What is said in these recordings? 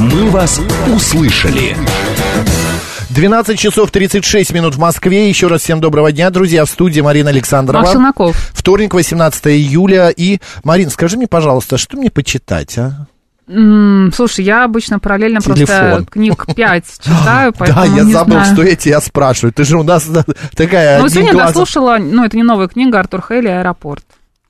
Мы вас услышали. 12 часов 36 минут в Москве. Еще раз всем доброго дня, друзья. В студии Марина Александрова. Макс Челноков. Вторник, 18 июля. И, Марин, скажи мне, пожалуйста, что мне почитать, а? Слушай, я обычно параллельно Телефон. Просто книг 5 читаю, поэтому да, я не забыл, знаю. что я тебя спрашиваю. Ты же у нас такая... Ну, сегодня дослушала, это не новая книга, Артур Хейли «Аэропорт».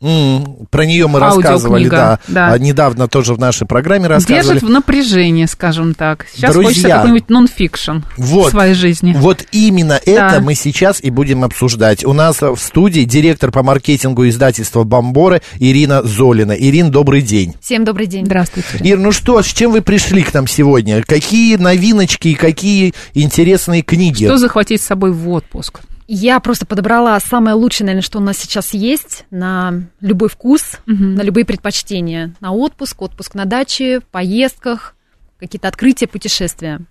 Про нее мы рассказывали, да. Недавно тоже в нашей программе рассказывали. Держит в напряжении, скажем так. Сейчас Друзья, хочется какой-нибудь нон-фикшн в своей жизни. Вот именно это мы сейчас и будем обсуждать. У нас в студии директор по маркетингу издательства «Бомбора» Ирина Золина. Ирин, добрый день. Всем добрый день. Здравствуйте. Ир, ну что, с чем вы пришли к нам сегодня? Какие новиночки и какие интересные книги? Что захватить с собой в отпуск? Я просто подобрала самое лучшее, наверное, что у нас сейчас есть на любой вкус, на любые предпочтения. На отпуск на даче, в поездках, какие-то открытия, путешествия.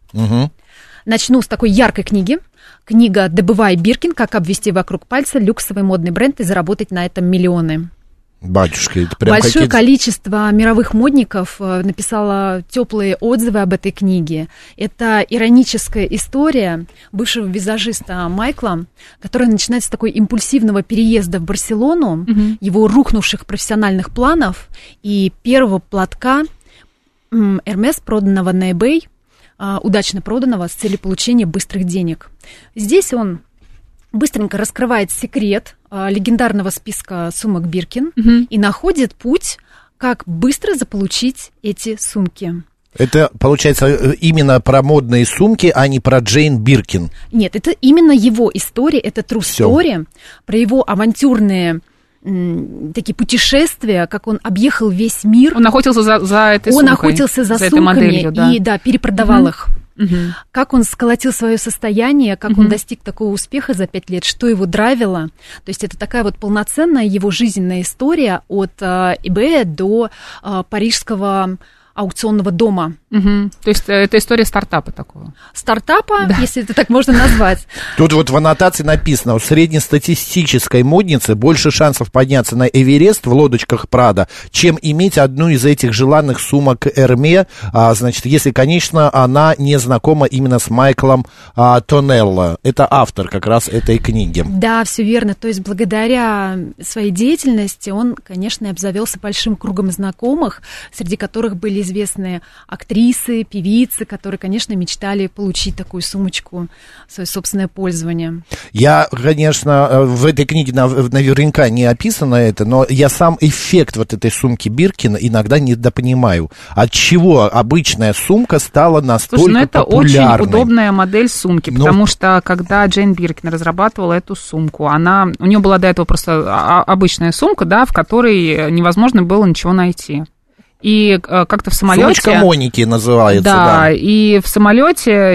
Начну с такой яркой книги. Книга «Добывай Биркин. Как обвести вокруг пальца люксовый модный бренд и заработать на этом миллионы». Батюшка, это прям большое количество мировых модников написало теплые отзывы об этой книге. Это ироническая история бывшего визажиста Майкла, которая начинается с такой импульсивного переезда в Барселону, его рухнувших профессиональных планов и первого платка Hermès, проданного на eBay, удачно проданного с целью получения быстрых денег. Здесь он быстренько раскрывает секрет легендарного списка сумок Биркин и находит путь, как быстро заполучить эти сумки. Это, получается, именно про модные сумки, а не про Джейн Биркин. Нет, это именно его история, это true story, про его авантюрные такие путешествия, как он объехал весь мир. Он охотился за этой сумкой. Он охотился за сумками моделью, да. И перепродавал их. Как он сколотил свое состояние, как он достиг такого успеха за 5 лет, что его драйвило. То есть это такая вот полноценная его жизненная история от eBay до парижского аукционного дома. То есть это история стартапа такого. Стартапа, да, если это так можно назвать. Тут вот в аннотации написано: у среднестатистической модницы больше шансов подняться на Эверест в лодочках Прада, чем иметь одну из этих желанных сумок Hermès, значит, если, конечно, она не знакома именно с Майклом Тонелло. Это автор как раз этой книги. Да, все верно. То есть благодаря своей деятельности он, конечно, обзавелся большим кругом знакомых, среди которых были известные актрисы, певицы, которые, конечно, мечтали получить такую сумочку в свое собственное пользование. Я, конечно, в этой книге наверняка не описано это, но я сам эффект вот этой сумки Биркин иногда недопонимаю. От чего обычная сумка стала настолько это популярной? Очень удобная модель сумки, потому что когда Джейн Биркин разрабатывала эту сумку, у нее была до этого просто обычная сумка, да, в которой невозможно было ничего найти. И как-то в самолете... Сумочка Моники называется, да. И в самолете,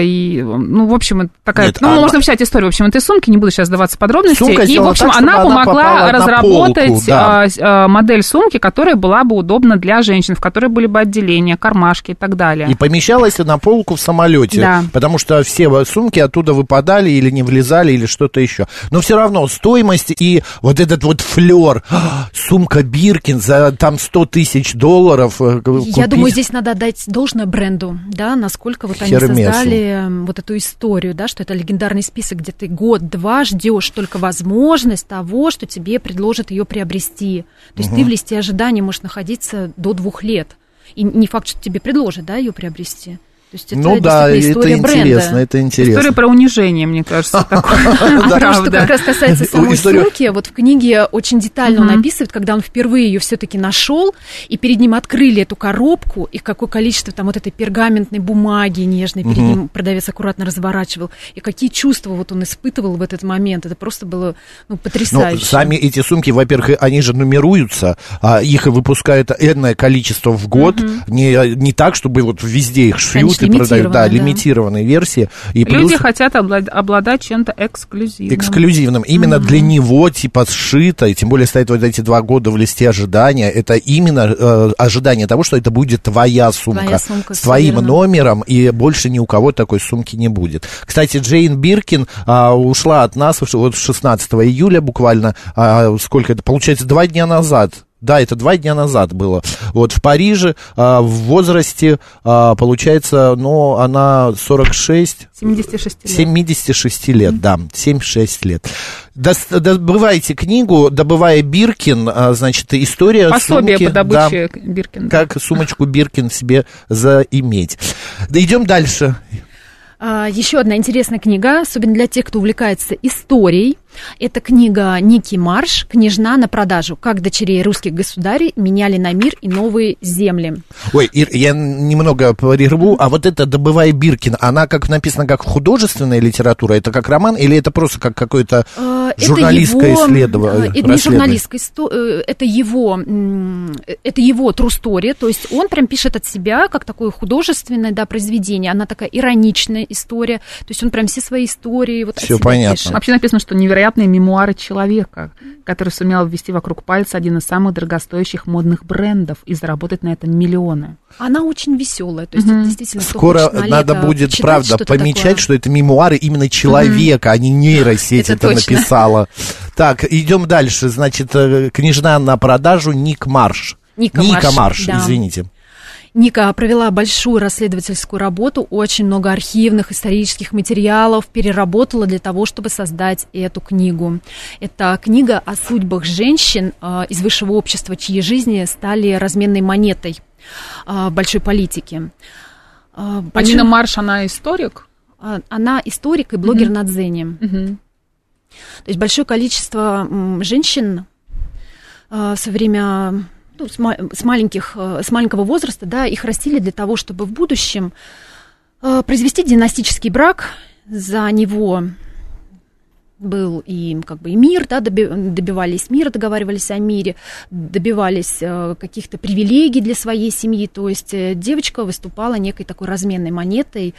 в общем, такая... можно взять историю, в общем, этой сумки, не буду сейчас даваться в подробности. И, в общем, она помогла разработать модель сумки, которая была бы удобна для женщин, в которой были бы отделения, кармашки и так далее. И помещалась на полку в самолете, да, потому что все сумки оттуда выпадали или не влезали, или что-то еще. Но все равно стоимость и вот этот вот флер, сумка Биркин за там $100 тысяч, я думаю, здесь надо отдать должное бренду, да, насколько вот они создали вот эту историю, да, что это легендарный список, где ты год-два ждешь только возможность того, что тебе предложат ее приобрести. То есть ты в листе ожидания можешь находиться до 2 лет. И не факт, что тебе предложат, да, ее приобрести. То есть это история бренда. Это интересно. История про унижение, мне кажется. Потому что как раз касается самой сумки, вот в книге очень детально он описывает, когда он впервые ее все-таки нашел, и перед ним открыли эту коробку, и какое количество там вот этой пергаментной бумаги нежной перед ним продавец аккуратно разворачивал, и какие чувства вот он испытывал в этот момент. Это просто было потрясающе. Сами эти сумки, во-первых, они же нумеруются, их выпускают энное количество в год, не так, чтобы вот везде их шьют и продают, лимитированные версии. И люди хотят обладать чем-то эксклюзивным. Именно для него, сшито, и тем более стоит вот эти 2 года в листе ожидания. Это именно ожидание того, что это будет твоя сумка с твоим номером, и больше ни у кого такой сумки не будет. Кстати, Джейн Биркин ушла от нас вот 16 июля буквально, сколько это, получается, 2 дня назад. Да, это 2 дня назад было. Вот в Париже в возрасте, получается, ну, она 46... 76 лет, да, 7-6 лет. Добывайте книгу «Добывая Биркин», значит, история пособие сумки, по добыче Биркин. Как сумочку Биркин себе заиметь. Идем дальше. Еще одна интересная книга, особенно для тех, кто увлекается историей. Это книга Ники Марш «Княжна на продажу. Как дочерей русских государей меняли на мир и новые земли». Ой, Ир, я немного прерву. А вот это «Добывая Биркин», она как написана как художественная литература? Это как роман или это просто как какое-то журналистское исследование? Это не журналистское, это его true story. То есть он прям пишет от себя как такое художественное, да, произведение. Она такая ироничная история. То есть он прям все свои истории вот все от себя понятно. пишет. Вообще написано, что невероятные мемуары человека, который сумел ввести вокруг пальца один из самых дорогостоящих модных брендов и заработать на этом миллионы. Она очень веселая, то есть это действительно... Скоро надо будет, правда, помечать, что это мемуары именно человека, а не нейросеть это написала. Так, идем дальше. Значит, «Княжна на продажу» Ника Марш, да. Извините. Ника провела большую расследовательскую работу, очень много архивных, исторических материалов переработала для того, чтобы создать эту книгу. Это книга о судьбах женщин из высшего общества, чьи жизни стали разменной монетой большой политики. Нина Марш, она историк? Она историк и блогер на Дзене. То есть большое количество женщин со время... Ну, с маленького возраста, да, их растили для того, чтобы в будущем произвести династический брак. За него был и как бы и мир, да, добивались мира, договаривались о мире, добивались каких-то привилегий для своей семьи. То есть девочка выступала некой такой разменной монетой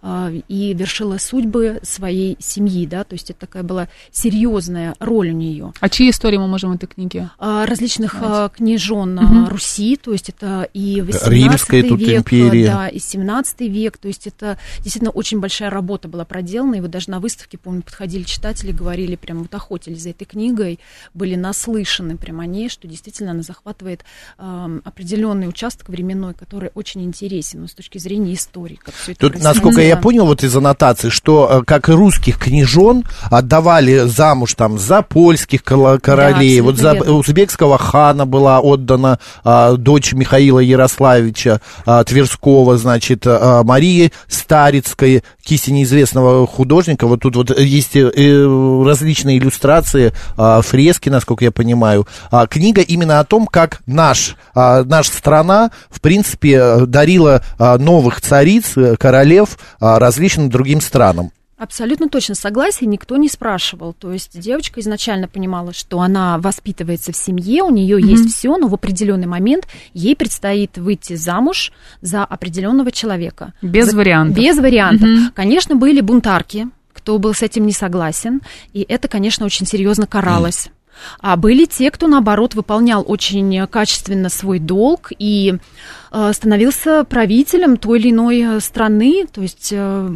и вершила судьбы своей семьи, да, то есть это такая была серьезная роль у нее. А чьи истории мы можем в этой книге? Различных княжон Руси, то есть это и 18 Римская век, тут империя. да, и 17 век, то есть это действительно очень большая работа была проделана, и вот даже на выставке, помню, подходили читатели, говорили, прям вот охотились за этой книгой, были наслышаны прям о ней, что действительно она захватывает определенный участок временной, который очень интересен с точки зрения истории. Как все это тут, насколько я понял, вот из аннотации, что как и русских княжон отдавали замуж там за польских королей, да, вот за узбекского хана была отдана дочь Михаила Ярославича Тверского, значит, Марии Старицкой, кисти неизвестного художника. Вот тут вот есть различные иллюстрации, фрески, насколько я понимаю. Книга именно о том, как наша страна, в принципе, дарила новых цариц, королев различным другим странам. Абсолютно точно, согласен, никто не спрашивал. То есть девочка изначально понимала, что она воспитывается в семье, у нее есть все, но в определенный момент ей предстоит выйти замуж за определенного человека. Без вариантов. Без вариантов. Конечно, были бунтарки, кто был с этим не согласен, и это, конечно, очень серьезно каралось. А были те, кто, наоборот, выполнял очень качественно свой долг и становился правителем той или иной страны, то есть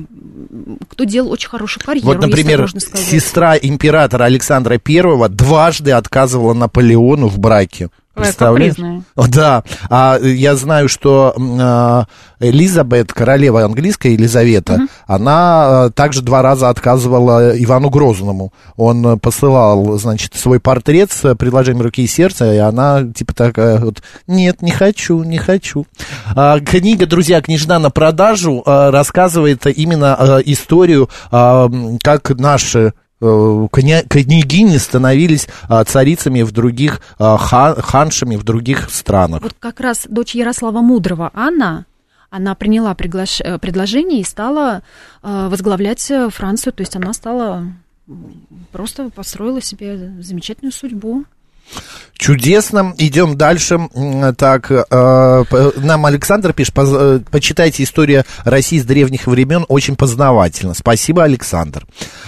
кто делал очень хорошую карьеру, вот, например, можно сказать. Сестра императора Александра I дважды отказывала Наполеону в браке. Представляешь? Да. Я знаю, что Элизабет, королева английская Елизавета, она также 2 раза отказывала Ивану Грозному. Он посылал, значит, свой портрет с предложением руки и сердца, и она типа такая вот: нет, не хочу. Книга, друзья, «Княжна на продажу» рассказывает именно историю, как наши княгини становились царицами в других, ханшами в других странах. Вот как раз дочь Ярослава Мудрого, Анна, она приняла предложение и стала возглавлять Францию, то есть она просто построила себе замечательную судьбу. Чудесно. Идем дальше. Так, нам Александр пишет: почитайте «История России с древних времен», очень познавательно. Спасибо, Александр.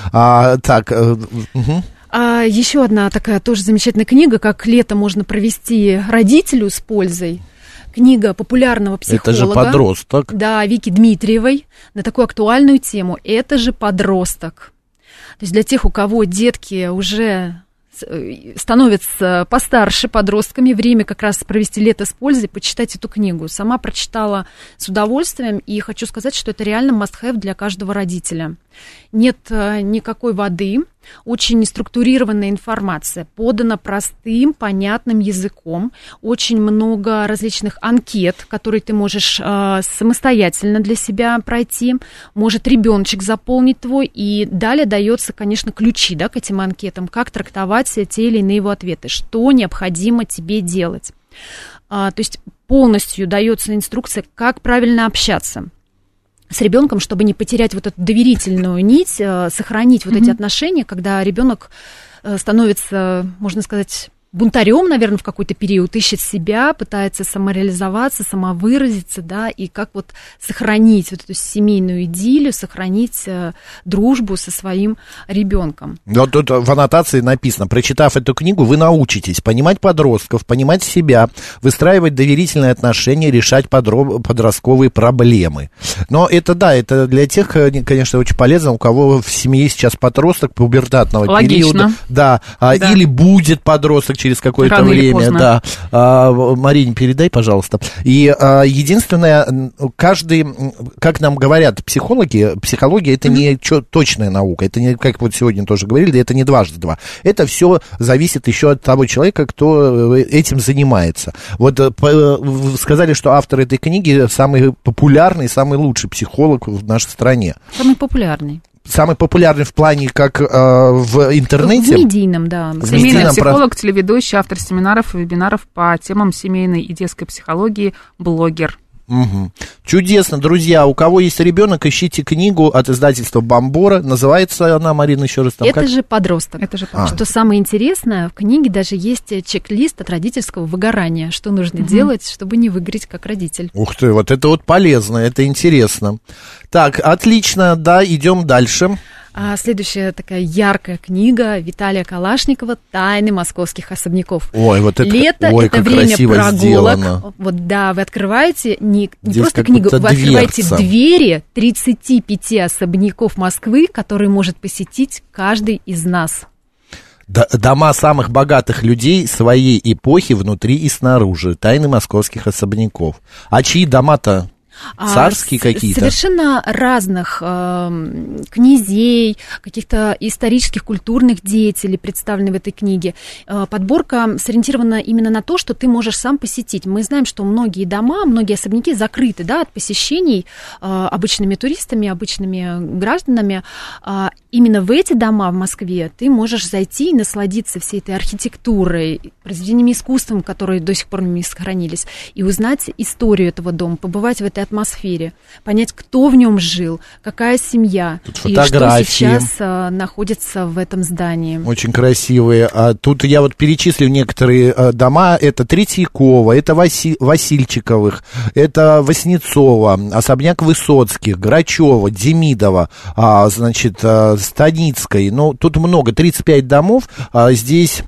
Еще одна такая тоже замечательная книга, как лето можно провести родителю с пользой. Книга популярного психолога. Это же подросток. Да, Вики Дмитриевой на такую актуальную тему. Это же подросток. То есть для тех, у кого детки уже становятся постарше подростками, время как раз провести лето с пользой, почитать эту книгу. Сама прочитала с удовольствием, и хочу сказать, что это реально must-have для каждого родителя. Нет никакой воды, очень структурированная информация, подана простым, понятным языком, очень много различных анкет, которые ты можешь самостоятельно для себя пройти, может ребеночек заполнить твой, и далее дается, конечно, ключи, да, к этим анкетам, как трактовать те или иные его ответы, что необходимо тебе делать. То есть полностью дается инструкция, как правильно общаться с ребенком, чтобы не потерять вот эту доверительную нить, сохранить вот эти отношения, когда ребенок становится, можно сказать, бунтарем, наверное, в какой-то период, ищет себя, пытается самореализоваться, самовыразиться, да, и как вот сохранить вот эту семейную идиллию, сохранить дружбу со своим ребенком. Вот тут в аннотации написано: прочитав эту книгу, вы научитесь понимать подростков, понимать себя, выстраивать доверительные отношения, решать подростковые проблемы. Но это, да, это для тех, конечно, очень полезно, у кого в семье сейчас подросток пубертатного периода. Да, или будет подросток через какое-то время, да. Марине, передай, пожалуйста. И единственное, каждый, как нам говорят психологи, психология — это не точная наука, это не, как вот сегодня тоже говорили, это не дважды два. Это все зависит еще от того человека, кто этим занимается. Вот сказали, что автор этой книги самый популярный, самый лучший психолог в нашей стране. Самый популярный. Самый популярный в плане, как в интернете? В медийном, да. Семейный психолог, телеведущий, автор семинаров и вебинаров по темам семейной и детской психологии, блогер. Угу. Чудесно, друзья. У кого есть ребенок, ищите книгу от издательства Бомбора. Называется она, Марина, еще раз там Это же подросток. Что самое интересное, в книге даже есть чек-лист от родительского выгорания. Что нужно делать, чтобы не выгореть как родитель. Ух ты, вот это вот полезно, это интересно. Так, отлично, да, идем дальше. Следующая такая яркая книга Виталия Калашникова «Тайны московских особняков». Ой, вот это, лето, это время прогулок. Сделано. Вот да, вы открываете не просто книгу, вы открываете двери 35 особняков Москвы, которые может посетить каждый из нас. Дома самых богатых людей своей эпохи внутри и снаружи. Тайны московских особняков. А чьи дома-то? Царские какие-то? Совершенно разных князей, каких-то исторических, культурных деятелей представлены в этой книге. Подборка сориентирована именно на то, что ты можешь сам посетить. Мы знаем, что многие дома, многие особняки закрыты, да, от посещений обычными туристами, обычными гражданами. Именно в эти дома в Москве ты можешь зайти и насладиться всей этой архитектурой, произведениями искусства, которые до сих пор не сохранились, и узнать историю этого дома, побывать в этой атмосфере, понять, кто в нем жил, какая семья, и что сейчас находится в этом здании. Очень красивые. Тут я вот перечислю некоторые дома. Это Третьякова, это Васильчиковых, это Васнецова, особняк Высоцких, Грачева, Демидова, значит, Станицкой. Ну, тут много, 35 домов. Здесь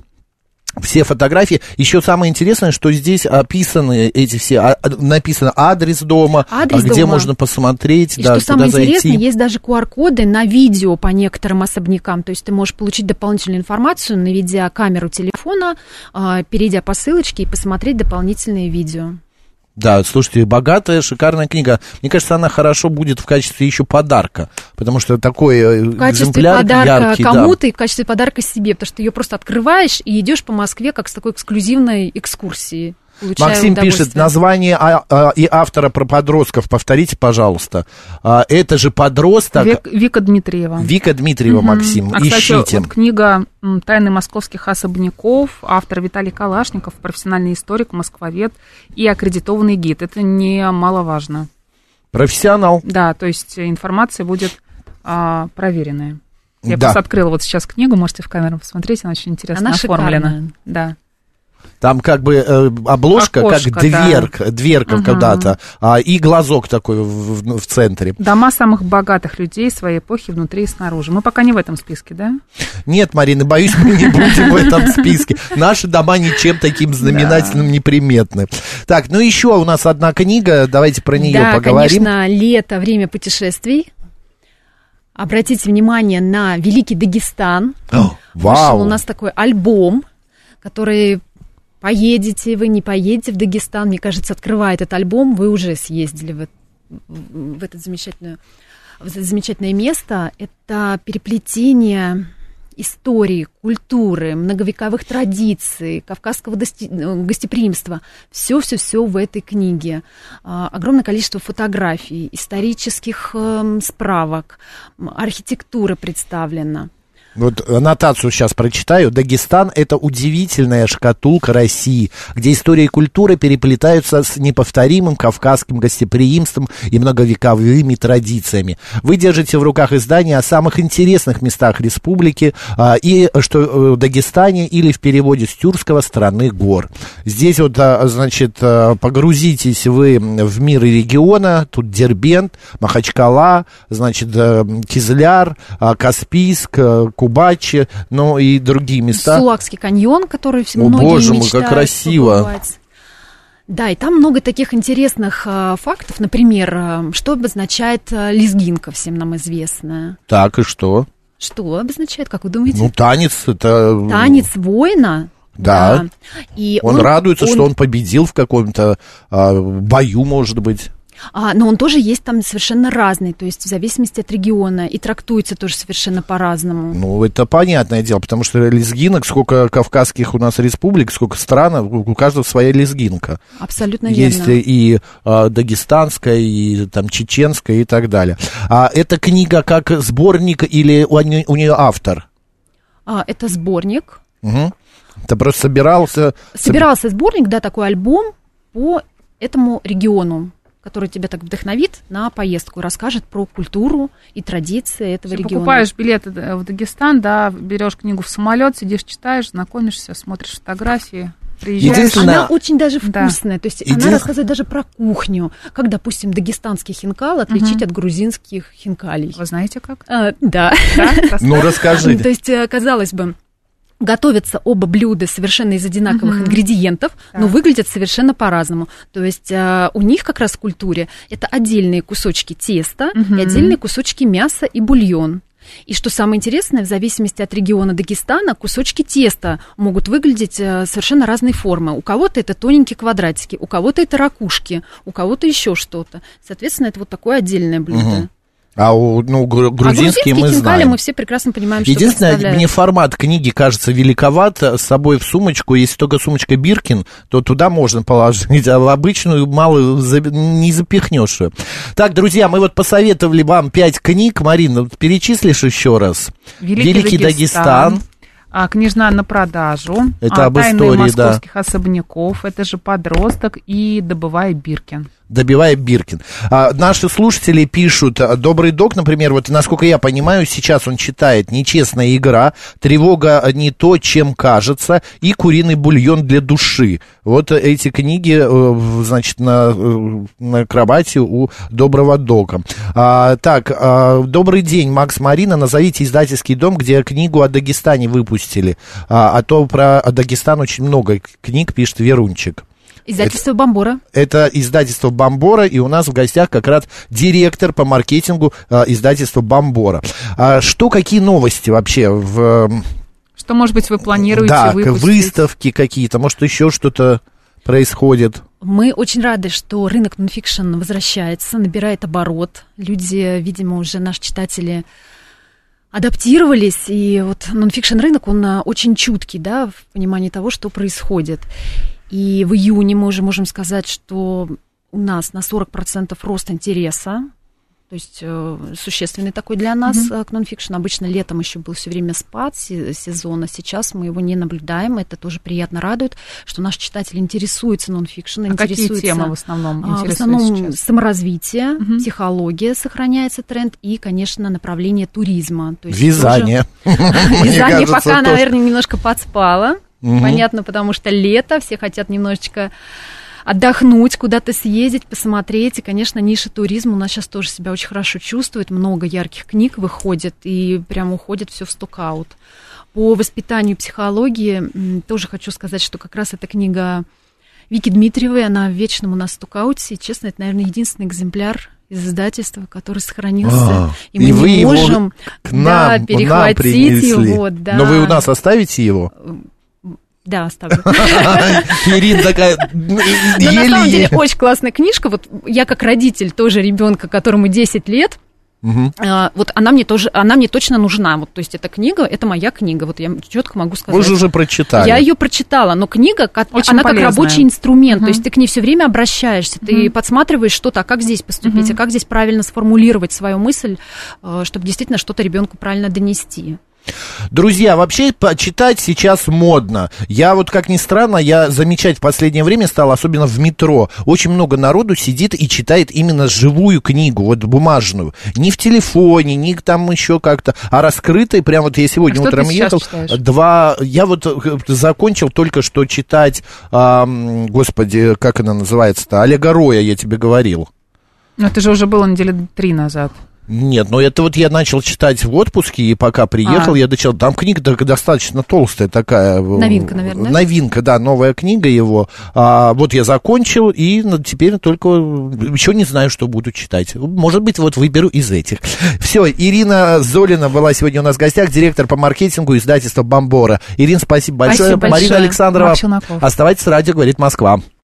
все фотографии. Еще самое интересное, что здесь описаны эти все, написано адрес дома, где можно посмотреть, и да, что самое интересное, есть даже QR-коды на видео по некоторым особнякам. То есть ты можешь получить дополнительную информацию, наведя камеру телефона, перейдя по ссылочке и посмотреть дополнительные видео. Да, слушайте, богатая, шикарная книга. Мне кажется, она хорошо будет в качестве еще подарка, потому что такой экземпляр яркий. В качестве подарка кому-то, да, и в качестве подарка себе, потому что ты ее просто открываешь и идешь по Москве как с такой эксклюзивной экскурсией. Максим пишет, название и автора про подростков, повторите, пожалуйста. Это же подросток... Вика Дмитриева. Вика Дмитриева, Максим, ищите. Кстати, вот книга «Тайны московских особняков», автор Виталий Калашников, профессиональный историк, москвовед и аккредитованный гид. Это немаловажно. Профессионал. Да, то есть информация будет проверенная. Я просто открыла вот сейчас книгу, можете в камеру посмотреть, она очень интересно оформлена. Да. Там как бы обложка, окошко, как дверка когда-то, и глазок такой в центре. Дома самых богатых людей своей эпохи внутри и снаружи. Мы пока не в этом списке, да? Нет, Марина, боюсь, мы не будем в этом списке. Наши дома ничем таким знаменательным не приметны. Так, ну еще у нас одна книга, давайте про нее поговорим. Да, конечно, «Лето. Время путешествий». Обратите внимание на Великий Дагестан. Вау! У нас такой альбом, который поедете вы, не поедете в Дагестан. Мне кажется, открывая этот альбом, вы уже съездили в это замечательное место. Это переплетение истории, культуры, многовековых традиций, кавказского гостеприимства. Все-все-все в этой книге. Огромное количество фотографий, исторических справок, архитектура представлена. Вот аннотацию сейчас прочитаю. Дагестан – это удивительная шкатулка России, где история и культура переплетаются с неповторимым кавказским гостеприимством и многовековыми традициями. Вы держите в руках издание о самых интересных местах республики и что в Дагестане, или в переводе с тюркского «страны гор». Здесь вот, значит, погрузитесь вы в мир региона. Тут Дербент, Махачкала, значит, Кизляр, Каспийск, Кубачи, ну и другие места. Сулакский каньон, который многие боже мой, мечтают как красиво. побывать. Да, и там много таких интересных фактов. Например, что обозначает лезгинка, всем нам известная. Так, и что? Что обозначает, как вы думаете? Ну, танец, это... Танец воина. Да. И он радуется, что он победил в каком-то бою, может быть. Но он тоже есть там совершенно разный, то есть в зависимости от региона, и трактуется тоже совершенно по-разному. Ну, это понятное дело, потому что лезгинок, сколько кавказских у нас республик, сколько стран, у каждого своя лезгинка. Абсолютно есть верно. Есть и дагестанская, и там чеченская, и так далее. А эта книга как сборник или у нее автор? Это сборник. Угу. Ты просто собирался... Собирался сборник, да, такой альбом по этому региону, который тебя так вдохновит на поездку, расскажет про культуру и традиции этого региона. Покупаешь билеты в Дагестан, да, берешь книгу в самолет, сидишь, читаешь, знакомишься, смотришь фотографии. Она очень даже вкусная, то есть она рассказывает даже про кухню, как, допустим, дагестанский хинкал отличить от грузинских хинкалей. Вы знаете как? Да. Ну, расскажи. То есть, казалось бы, готовятся оба блюда совершенно из одинаковых ингредиентов, но выглядят совершенно по-разному. То есть у них как раз в культуре это отдельные кусочки теста и отдельные кусочки мяса и бульон. И что самое интересное, в зависимости от региона Дагестана, кусочки теста могут выглядеть совершенно разной формы. У кого-то это тоненькие квадратики, у кого-то это ракушки, у кого-то еще что-то. Соответственно, это вот такое отдельное блюдо. Грузинские мы знаем. Мы все прекрасно понимаем, что единственное, мне формат книги кажется великоват. С собой в сумочку, если только сумочка Биркин, то туда можно положить, а в обычную мало не запихнешь. Так, друзья, мы вот посоветовали вам 5 книг. Марина, перечислишь еще раз? Великий Дагестан. Княжна на продажу. Это об тайны истории, московских особняков. Это же подросток и добывая Биркин. Добивая Биркин. Наши слушатели пишут, добрый док, например, вот насколько я понимаю, сейчас он читает «Нечестная игра», «Тревога не то, чем кажется» и «Куриный бульон для души». Вот эти книги, значит, на кровати у доброго дока. Добрый день, Макс, Марина, назовите издательский дом, где книгу о Дагестане выпустили. А то про Дагестан очень много книг, пишет Верунчик. Издательство «Бомбора». Это издательство «Бомбора», и у нас в гостях как раз директор по маркетингу издательства «Бомбора». Какие новости вообще Что, может быть, вы планируете выпустить? Выставки какие-то, может, еще что-то происходит? Мы очень рады, что рынок нонфикшн возвращается, набирает оборот. Люди, видимо, уже наши читатели адаптировались, и вот нонфикшн рынок, он очень чуткий, да, в понимании того, что происходит. И в июне мы уже можем сказать, что у нас на 40% рост интереса, то есть существенный такой для нас к нонфикшн. Обычно летом еще был все время спад сезона, сейчас мы его не наблюдаем, это тоже приятно радует, что наши читатели интересуются нонфикшн. Какие темы в основном интересуют сейчас? В основном саморазвитие, психология, сохраняется тренд, и, конечно, направление туризма. То есть вязание. Вязание пока, наверное, немножко подспало. Понятно, потому что лето, все хотят немножечко отдохнуть, куда-то съездить, посмотреть. И, конечно, ниша туризма у нас сейчас тоже себя очень хорошо чувствует. Много ярких книг выходит, и прям уходит все в стокаут. По воспитанию психологии тоже хочу сказать, что как раз эта книга Вики Дмитриевой, она в вечном у нас стокауте. И, честно, это, наверное, единственный экземпляр из издательства, который сохранился, и мы вы не можем к нам, перехватить его. Да. Но вы у нас оставите его? Да, оставлю. Ирина такая... Но на самом деле очень классная книжка. Вот я как родитель тоже ребенка, которому 10 лет, вот она мне точно нужна. Вот, то есть эта книга, это моя книга. Вот я четко могу сказать. Вы же уже прочитали. Я ее прочитала, но книга, она как рабочий инструмент. То есть ты к ней все время обращаешься, ты подсматриваешь что-то, а как здесь поступить, а как здесь правильно сформулировать свою мысль, чтобы действительно что-то ребенку правильно донести. Друзья, вообще читать сейчас модно. Я вот, как ни странно, я замечать в последнее время стал, особенно в метро, очень много народу сидит и читает именно живую книгу, вот бумажную. Не в телефоне, не там еще как-то, а раскрытой. Прям вот я сегодня утром ехал. Я вот закончил только что читать, господи, как она называется-то, Олега Роя, я тебе говорил. Ну, это же уже было недели 3 назад. Нет, ну это вот я начал читать в отпуске, и пока приехал, я дочитал. Там книга достаточно толстая такая. Новинка, наверное. Новинка, да, новая книга его. Вот я закончил, и теперь только еще не знаю, что буду читать. Может быть, вот выберу из этих. Все, Ирина Золина была сегодня у нас в гостях, директор по маркетингу издательства «Бомбора». Ирина, спасибо большое. Спасибо большое. Марина Александрова, оставайтесь с радио «Говорит Москва».